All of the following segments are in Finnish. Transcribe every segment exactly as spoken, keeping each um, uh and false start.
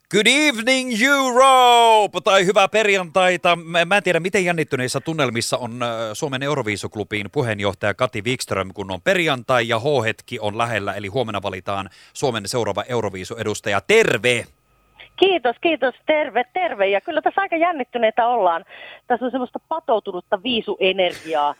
Good evening Europe! Tai hyvää perjantaita. Mä en tiedä, miten jännittyneissä tunnelmissa on Suomen Euroviisuklubiin puheenjohtaja Kati Wikström, kun on perjantai ja H-hetki on lähellä, eli huomenna valitaan Suomen seuraava Euroviisu-edustaja. Terve! Kiitos, kiitos. Terve, terve. Ja kyllä tässä aika jännittyneitä ollaan. Tässä on semmoista patoutunutta viisuenergiaa.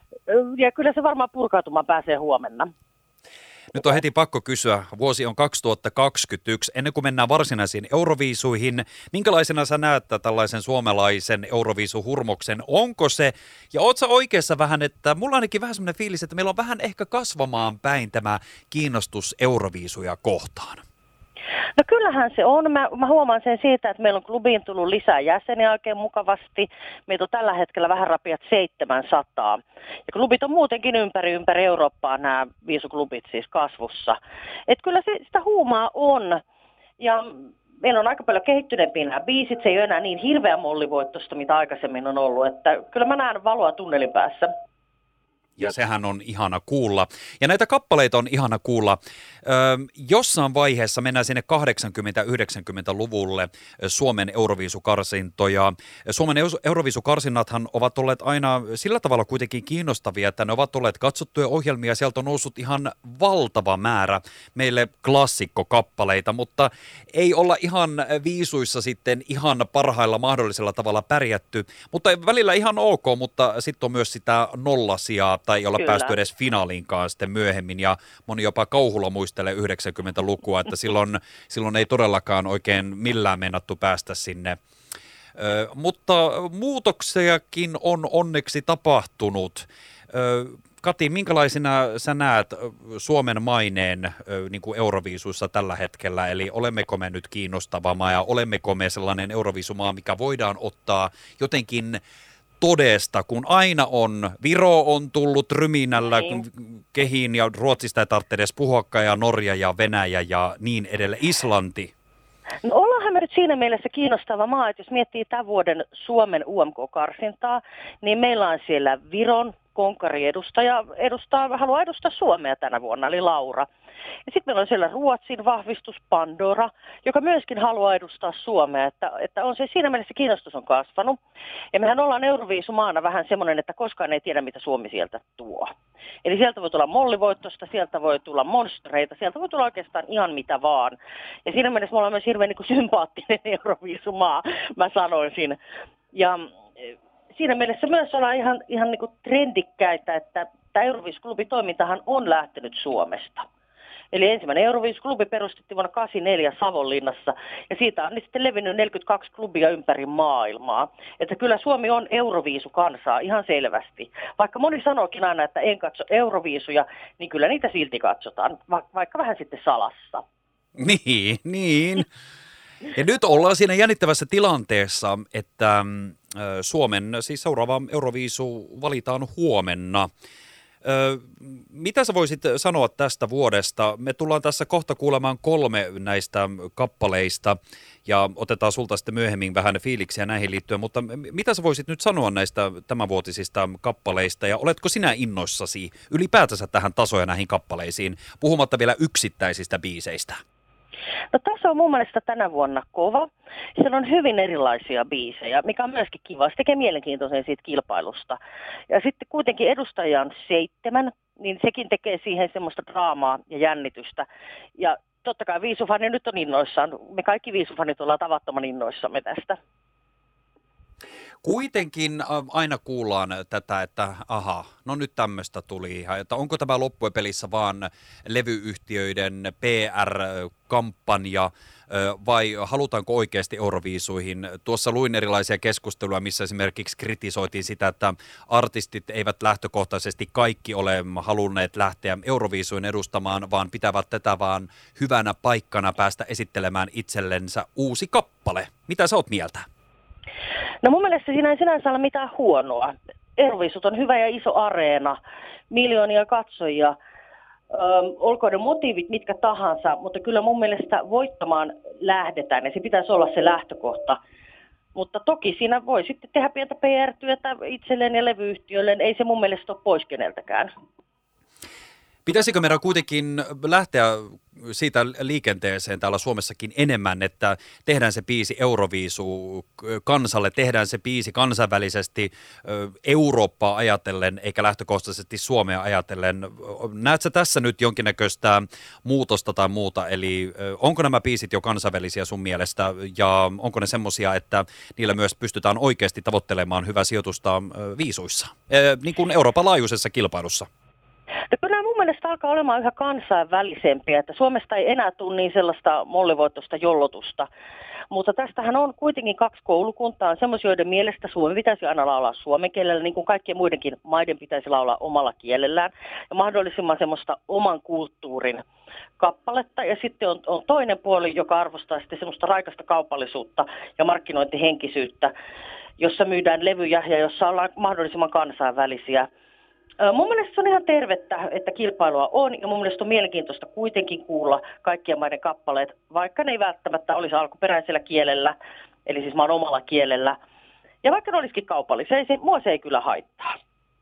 Ja kyllä se varmaan purkautumaan pääsee huomenna. Nyt on heti pakko kysyä. Vuosi on kaksituhattakaksikymmentäyksi. Ennen kuin mennään varsinaisiin Euroviisuihin, minkälaisena sä näet tällaisen suomalaisen Euroviisuhurmoksen? Onko se, ja oot sä oikeassa vähän, että mulla on ainakin vähän semmoinen fiilis, että meillä on vähän ehkä kasvamaan päin tämä kiinnostus Euroviisuja kohtaan. No kyllähän se on. Mä, mä huomaan sen siitä, että meillä on klubiin tullut lisää jäseniä oikein mukavasti. Meitä on tällä hetkellä vähän rapiat seitsemänsataa. Ja klubit on muutenkin ympäri ympäri Eurooppaa, nämä viisuklubit siis kasvussa. Että kyllä se, sitä huumaa on. Ja meillä on aika paljon kehittyneempiä nämä biisit. Se ei ole enää niin hirveä mollivoittosta, mitä aikaisemmin on ollut. Että kyllä mä näen valoa tunnelin päässä. Ja sehän on ihana kuulla. Ja näitä kappaleita on ihana kuulla. Ö, jossain vaiheessa mennään sinne kahdeksankymmentä-yhdeksänkymmentäluvulle Suomen Euroviisukarsintoja. Suomen Euroviisukarsinnathan ovat olleet aina sillä tavalla kuitenkin kiinnostavia, että ne ovat olleet katsottuja ohjelmia. Sieltä on noussut ihan valtava määrä meille klassikkokappaleita, mutta ei olla ihan viisuissa sitten ihan parhailla mahdollisella tavalla pärjätty. Mutta välillä ihan ok, mutta sitten on myös sitä nollasia tai ei olla Kyllä. päästy edes finaaliinkaan sitten myöhemmin, ja moni jopa kauhulla muistelee yhdeksänkymmentälukua, että silloin, silloin ei todellakaan oikein millään meinattu päästä sinne. Ö, mutta muutoksiakin on onneksi tapahtunut. Ö, Kati, minkälaisena sä näet Suomen maineen ö, niin kuin Euroviisuissa tällä hetkellä, eli olemmeko me nyt kiinnostava maa ja olemmeko me sellainen Euroviisumaa, mikä voidaan ottaa jotenkin todesta, kun aina on, Viro on tullut ryminällä niin kehiin ja Ruotsista ei tarvitse edes puhuakaan ja Norja ja Venäjä ja niin edelleen. Islanti. No ollaanhan me nyt siinä mielessä kiinnostava maa, että jos miettii tämän vuoden Suomen U M K-karsintaa, niin meillä on siellä Viron konkari edustaja, edustaa, haluaa edustaa Suomea tänä vuonna, eli Laura. Ja sitten meillä on siellä Ruotsin vahvistus Pandora, joka myöskin haluaa edustaa Suomea, että, että on se siinä mielessä kiinnostus on kasvanut. Ja mehän ollaan Euroviisumaana vähän semmoinen, että koskaan ei tiedä, mitä Suomi sieltä tuo. Eli sieltä voi tulla mollivoittosta, sieltä voi tulla monstereita, sieltä voi tulla oikeastaan ihan mitä vaan. Ja siinä mielessä me ollaan myös hirveän niin kuin sympaattinen Euroviisumaa, mä sanoisin. Ja siinä mielessä myös ollaan ihan, ihan niin kuin trendikkäitä, että tämä Euroviisuklubitoimintahan on lähtenyt Suomesta. Eli ensimmäinen Euroviisuklubi perustettiin vuonna kahdeksankymmentäneljä Savonlinnassa, ja siitä on sitten levinnyt neljäkymmentäkaksi klubia ympäri maailmaa. Että kyllä Suomi on Euroviisukansaa ihan selvästi. Vaikka moni sanookin aina, että en katso Euroviisuja, niin kyllä niitä silti katsotaan, vaikka vähän sitten salassa. Niin, niin. Ja nyt ollaan siinä jännittävässä tilanteessa, että Suomen siis seuraava Euroviisu valitaan huomenna. Ö, mitä sä voisit sanoa tästä vuodesta? Me tullaan tässä kohta kuulemaan kolme näistä kappaleista ja otetaan sulta sitten myöhemmin vähän fiiliksiä näihin liittyen, mutta mitä sä voisit nyt sanoa näistä tämänvuotisista kappaleista ja oletko sinä innoissasi ylipäätänsä tähän tasoja näihin kappaleisiin, puhumatta vielä yksittäisistä biiseistä? No tässä on mun mielestä tänä vuonna kova. Siellä on hyvin erilaisia biisejä, mikä on myöskin kiva. Se tekee mielenkiintoisen siitä kilpailusta. Ja sitten kuitenkin edustajia on seitsemän, niin sekin tekee siihen semmoista draamaa ja jännitystä. Ja totta kai viisufani nyt on innoissaan. Me kaikki viisufanit ollaan tavattoman innoissamme tästä. Kuitenkin aina kuullaan tätä, että aha, no nyt tämmöistä tuli ihan, että onko tämä loppujen pelissä vaan levyyhtiöiden P R-kampanja vai halutaanko oikeasti Euroviisuihin? Tuossa luin erilaisia keskusteluja, missä esimerkiksi kritisoitiin sitä, että artistit eivät lähtökohtaisesti kaikki ole halunneet lähteä Euroviisuin edustamaan, vaan pitävät tätä vaan hyvänä paikkana päästä esittelemään itsellensä uusi kappale. Mitä sä oot mieltä? No mun mielestä siinä ei sinänsä ole mitään huonoa. Euroviisut on hyvä ja iso areena, miljoonia katsojia, Öm, olkoon ne motiivit mitkä tahansa, mutta kyllä mun mielestä voittamaan lähdetään ja se pitäisi olla se lähtökohta. Mutta toki siinä voi sitten tehdä pientä P R-työtä itselleen ja levyyhtiölle, ei se mun mielestä ole pois keneltäkään. Pitäisikö meidän kuitenkin lähteä siitä liikenteeseen täällä Suomessakin enemmän, että tehdään se biisi Euroviisu kansalle, tehdään se biisi kansainvälisesti Eurooppaa ajatellen, eikä lähtökohtaisesti Suomea ajatellen. Näetkö tässä nyt jonkinnäköistä muutosta tai muuta, eli onko nämä biisit jo kansainvälisiä sun mielestä, ja onko ne semmoisia, että niillä myös pystytään oikeasti tavoittelemaan hyvää sijoitusta viisuissa, niin kuin Euroopan laajuisessa kilpailussa? No kyllä nämä mun mielestä alkaa olemaan yhä kansainvälisempiä, että Suomesta ei enää tule niin sellaista mollivoittoista jollotusta, mutta tästähän on kuitenkin kaksi koulukuntaa, semmoisia, joiden mielestä Suomi pitäisi aina laulaa suomen kielellä, niin kuin kaikkien muidenkin maiden pitäisi laulaa omalla kielellään, ja mahdollisimman semmoista oman kulttuurin kappaletta, ja sitten on, on toinen puoli, joka arvostaa sitten semmoista raikasta kaupallisuutta ja markkinointihenkisyyttä, jossa myydään levyjä ja jossa ollaan mahdollisimman kansainvälisiä. Mun mielestä se on ihan tervettä, että kilpailua on, ja mun mielestä on mielenkiintoista kuitenkin kuulla kaikkien maiden kappaleet, vaikka ne ei välttämättä olisi alkuperäisellä kielellä, eli siis maan omalla kielellä. Ja vaikka ne olisikin kaupallisia, se, mua se ei kyllä haittaa.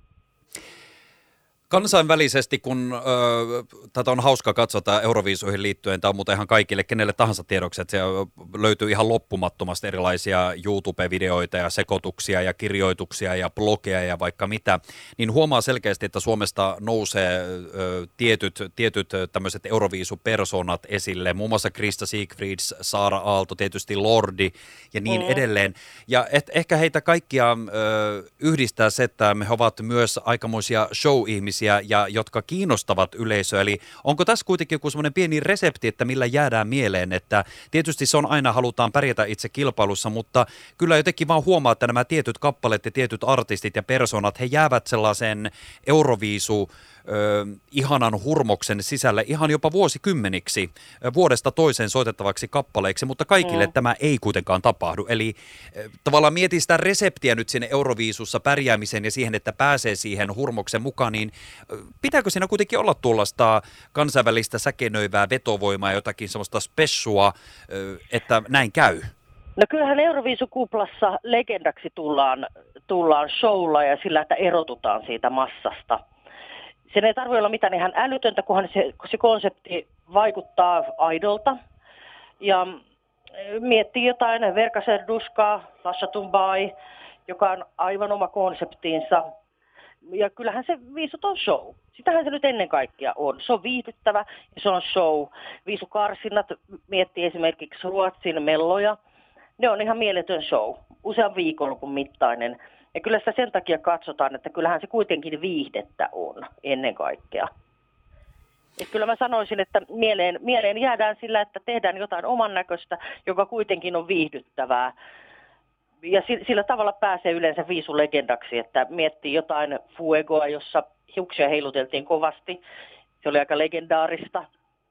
Kansainvälisesti, kun ö, tätä on hauska katsota Euroviisuihin liittyen, tämä on muuten ihan kaikille, kenelle tahansa tiedoksi, että siellä löytyy ihan loppumattomasti erilaisia YouTube-videoita ja sekoituksia ja kirjoituksia ja blogeja ja vaikka mitä, niin huomaa selkeästi, että Suomesta nousee ö, tietyt, tietyt tämmöiset Euroviisupersonat esille, muun muassa Krista Siegfrieds, Saara Aalto, tietysti Lordi ja niin mm. edelleen. Ja et, ehkä heitä kaikkia ö, yhdistää se, että he ovat myös aikamoisia show-ihmisiä, ja jotka kiinnostavat yleisöä. Eli onko tässä kuitenkin joku semmoinen pieni resepti, että millä jäädään mieleen, että tietysti se on aina, halutaan pärjätä itse kilpailussa, mutta kyllä jotenkin vaan huomaa, että nämä tietyt kappaleet ja tietyt artistit ja persoonat, he jäävät sellaisen Euroviisu Ö, ihanan hurmoksen sisälle ihan jopa vuosikymmeniksi, ö, vuodesta toiseen soitettavaksi kappaleiksi, mutta kaikille mm. tämä ei kuitenkaan tapahdu. Eli ö, tavallaan mietin sitä reseptiä nyt sinne Euroviisussa pärjäämiseen ja siihen, että pääsee siihen hurmoksen mukaan, niin ö, pitääkö siinä kuitenkin olla tuollaista kansainvälistä säkenöivää vetovoimaa, jotakin semmoista spessua, ö, että näin käy? No kyllähän Euroviisukuplassa legendaksi tullaan, tullaan showlla ja sillä, että erotutaan siitä massasta. Sen ei tarvitse olla mitään ihan älytöntä, kunhan se, kun se konsepti vaikuttaa aidolta. Ja miettii jotain Verka Serduskaa, Sasha Tumbai, joka on aivan oma konseptiinsa. Ja kyllähän se viisut on show. Sitähän se nyt ennen kaikkea on. Se on viihdyttävä ja se on show. Viisukarsinnat, miettii esimerkiksi Ruotsin melloja. Ne on ihan mieletön show. Usean viikonlopun mittainen. Ja kyllä sitä sen takia katsotaan, että kyllähän se kuitenkin viihdettä on ennen kaikkea. Et kyllä mä sanoisin, että mieleen, mieleen jäädään sillä, että tehdään jotain oman näköistä, joka kuitenkin on viihdyttävää. Ja sillä tavalla pääsee yleensä viisulegendaksi, että miettii jotain Fuegoa, jossa hiuksia heiluteltiin kovasti. Se oli aika legendaarista.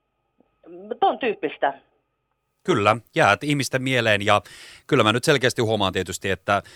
Ton tyyppistä. Kyllä, jäät ihmisten mieleen ja kyllä mä nyt selkeästi huomaan tietysti, että